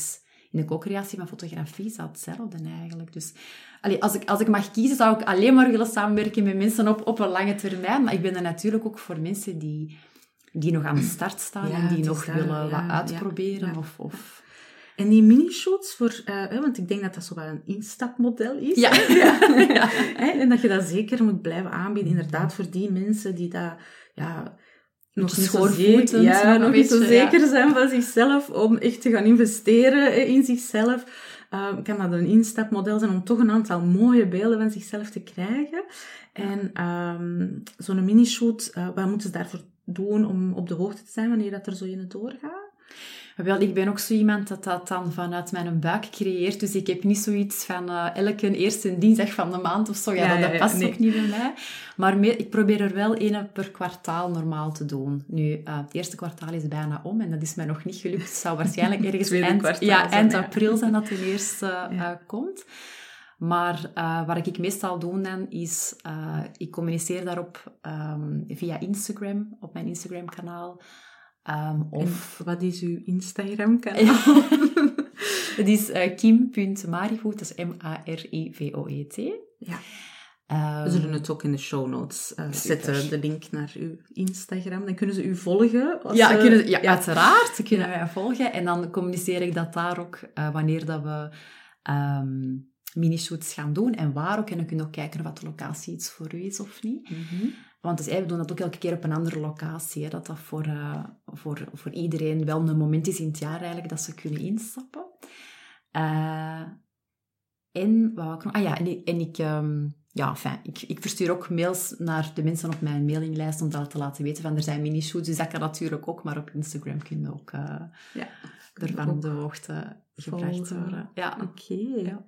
in de co-creatie van fotografie is dat hetzelfde eigenlijk. Dus allee, als, ik, als ik mag kiezen, zou ik alleen maar willen samenwerken met mensen op, op een lange termijn. Maar ik ben er natuurlijk ook voor mensen die, die nog aan de start staan Ja, en die het nog is daar, willen ja, wat uitproberen. ja, ja. Of, of... En die mini-shoots, voor, uh, hè, want ik denk dat dat zo wel een instapmodel is. Ja. ja. ja. Hè, en dat je dat zeker moet blijven aanbieden, inderdaad, voor die mensen die dat... Ja, nog niet zo zeker, ja, nog niet zo zeker zijn van zichzelf, om echt te gaan investeren in zichzelf. Uh, kan dat een instapmodel zijn om toch een aantal mooie beelden van zichzelf te krijgen. En um, zo'n minishoot, uh, wat moeten ze daarvoor doen om op de hoogte te zijn wanneer dat er zo in het doorgaat? Wel, ik ben ook zo iemand dat dat dan vanuit mijn buik creëert. Dus ik heb niet zoiets van uh, elke eerste dinsdag van de maand of zo. Ja, ja, dat, dat past ja, nee. ook niet bij mij. Maar meer, ik probeer er wel één per kwartaal normaal te doen. Nu, uh, het eerste kwartaal is bijna om en dat is mij nog niet gelukt. Het zou waarschijnlijk ergens eind, ja, eind april zijn dat de eerste uh, ja. komt. Maar uh, wat ik meestal doe dan is, uh, ik communiceer daarop um, via Instagram, op mijn Instagram-kanaal. Um, of... En wat is uw Instagram-kanaal? Het is uh, kim punt marivoet, dat is M A R I V O E T. Ja. Um, We zullen het ook in de show notes uh, zetten, de link naar uw Instagram. Dan kunnen ze u volgen. Als ja, ze... kunnen, ja, ja, uiteraard. Ze kunnen ja. mij volgen. En dan communiceer ik dat daar ook, uh, wanneer dat we um, minishoots gaan doen. En waar ook. En dan kun je ook kijken of de locatie iets voor u is of niet. Mm-hmm. Want dus, we doen dat ook elke keer op een andere locatie. Hè, dat dat voor, uh, voor, voor iedereen wel een moment is in het jaar eigenlijk dat ze kunnen instappen. Uh, en, wat ik nog? Ah ja, en ik... En ik um, Ja, enfin, ik, ik verstuur ook mails naar de mensen op mijn mailinglijst om dat te laten weten van er zijn mini-shoots. Dus dat kan natuurlijk ook, maar op Instagram kun je ook uh, ja, ervan op de hoogte gebracht worden. Ja, oké. Okay. Ja.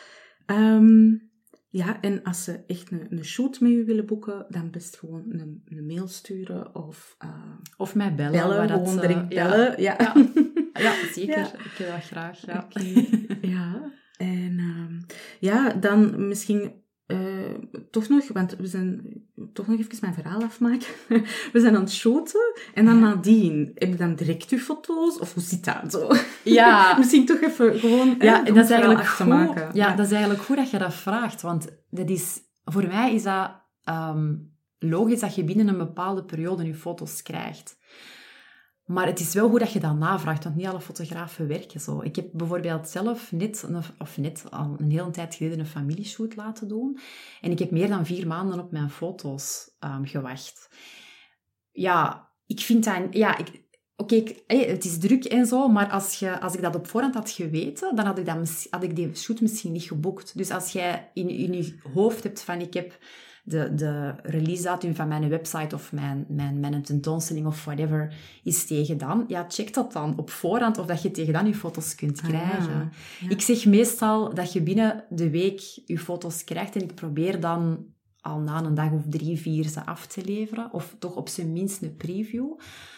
Um, ja, en als ze echt een, een shoot met u willen boeken, dan best gewoon een, een mail sturen of... Uh, of mij bellen. Bellen, gewoon dat, direct bellen. Ja, ja. ja. ja zeker. Ja. Ik heb dat graag, ja. Okay. Ja, en um, ja, dan misschien... Uh, toch nog, want we zijn toch nog even mijn verhaal afmaken. We zijn aan het shooten en dan nadien heb je dan direct je foto's of hoe zit dat zo? Ja. Misschien toch even gewoon ja, en dat is eigenlijk af te goed, maken. Ja, ja, dat is eigenlijk goed dat je dat vraagt, want dat is, voor mij is dat um, logisch dat je binnen een bepaalde periode je foto's krijgt. Maar het is wel goed dat je dat navraagt, want niet alle fotografen werken zo. Ik heb bijvoorbeeld zelf net, of net al een hele tijd geleden, een familieshoot laten doen. En ik heb meer dan vier maanden op mijn foto's um, gewacht. Ja, ik vind dat... Ja, ik, Oké, okay, het is druk en zo, maar als, je, als ik dat op voorhand had geweten, dan had ik, dat, had ik die shoot misschien niet geboekt. Dus als jij in, in je hoofd hebt van, ik heb... De, de release-datum van mijn website of mijn, mijn, mijn tentoonstelling of whatever is tegen dan. Ja, check dat dan op voorhand of dat je tegen dan je foto's kunt krijgen. Ah, ja. Ik zeg meestal dat je binnen de week je foto's krijgt en ik probeer dan al na een dag of drie, vier ze af te leveren. Of toch op zijn minst een preview.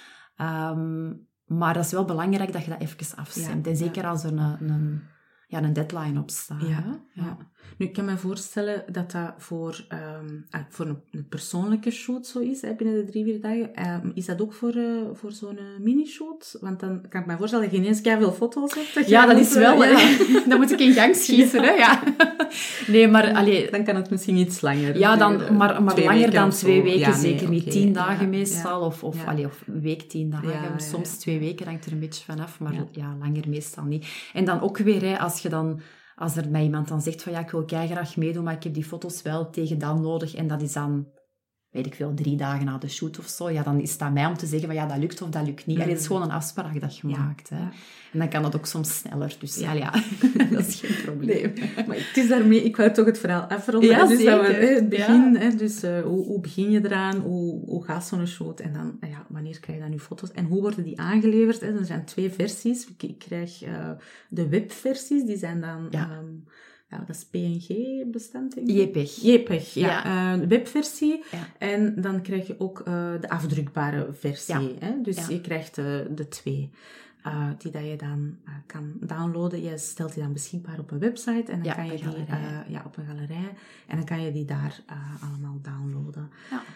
Um, maar dat is wel belangrijk dat je dat even afstemt. Ja, en zeker ja. als er een... een Ja, een deadline op staan. Ja, ja. Nu, ik kan me voorstellen dat dat voor, um, ah, voor een, een persoonlijke shoot zo is, hè, binnen de drie, vier dagen. Um, is dat ook voor, uh, voor zo'n uh, mini-shoot? Want dan kan ik me voorstellen dat je ineens veel foto's hebt. Dat ja, dat moet, is wel... Uh, ja. Dan moet ik in gang schieten, ja. hè. Ja. Nee, maar... Allee, dan kan het misschien iets langer. Ja, dan, maar, maar langer dan twee weken, ja, zeker nee, niet. Okay. Tien dagen ja, meestal, ja. of, of, ja. allee, of een week, tien dagen. Ja, ja, Soms ja. twee weken, hangt er een beetje vanaf, maar ja. ja, langer meestal niet. En dan ook weer, hè, als je dan... Als er mij iemand dan zegt van ja, ik wil graag meedoen, maar ik heb die foto's wel tegen dan nodig en dat is dan, weet ik veel, drie dagen na de shoot of zo, ja, dan is het aan mij om te zeggen van ja, dat lukt of dat lukt niet. Mm. Allee, het is gewoon een afspraak dat je ja. maakt. Hè. En dan kan dat ook soms sneller. Dus ja, ja dat is geen probleem. Nee, maar het is daarmee, ik wou toch het verhaal afronden. Ja, dus zeker. Dat we, hè, het begin, ja. hè, dus uh, hoe, hoe begin je eraan, hoe, hoe gaat zo'n shoot en dan, ja, wanneer krijg je dan je foto's en hoe worden die aangeleverd? Hè? Er zijn twee versies. Ik krijg uh, de webversies, die zijn dan... Ja. Um, Ja, dat is P N G-bestand, denk ik. JPEG. JPEG, ja. ja. Uh, webversie. Ja. En dan krijg je ook uh, de afdrukbare versie. Ja. Hè? Dus ja. je krijgt uh, de twee. Uh, die dat je dan uh, kan downloaden. Je stelt die dan beschikbaar op een website. En dan ja, kan je die... Uh, ja, op een galerij. En dan kan je die daar uh, allemaal downloaden. Ja.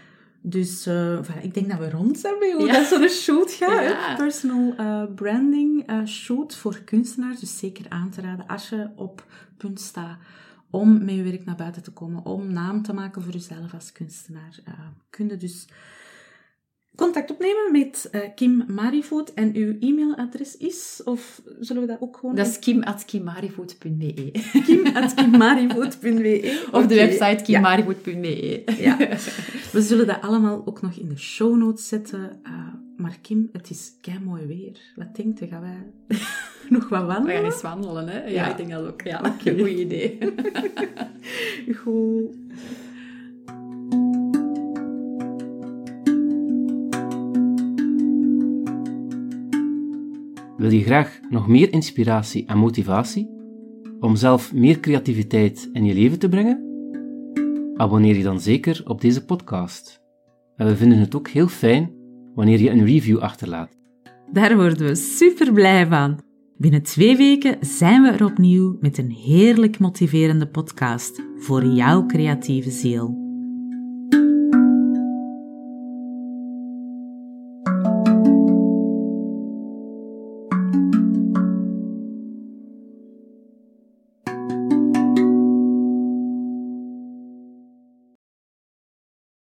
Dus uh, voilà, ik denk dat we rond zijn bij hoe ja. dat zo'n shoot gaat. Ja. Personal uh, branding uh, shoot voor kunstenaars. Dus zeker aan te raden als je op punt staat om met je werk naar buiten te komen. Om naam te maken voor jezelf als kunstenaar. Uh, kun je dus contact opnemen met uh, Kim Marivoet. En uw e-mailadres is? Of zullen we dat ook gewoon... Dat is kim at kimmarivoet punt b e. kim at kimmarivoet punt b e. Of okay. De website kimmarivoet punt b e. Ja. Ja. We zullen dat allemaal ook nog in de show notes zetten. Uh, maar Kim, het is kei-mooi weer. Wat denk je? Gaan wij nog wat wandelen? We gaan eens wandelen, hè? Ja, ja. Ik denk dat ook. Ja, okay. Een goed idee. Goed. Wil je graag nog meer inspiratie en motivatie om zelf meer creativiteit in je leven te brengen? Abonneer je dan zeker op deze podcast. En we vinden het ook heel fijn wanneer je een review achterlaat. Daar worden we super blij van. Binnen twee weken zijn we er opnieuw met een heerlijk motiverende podcast voor jouw creatieve ziel.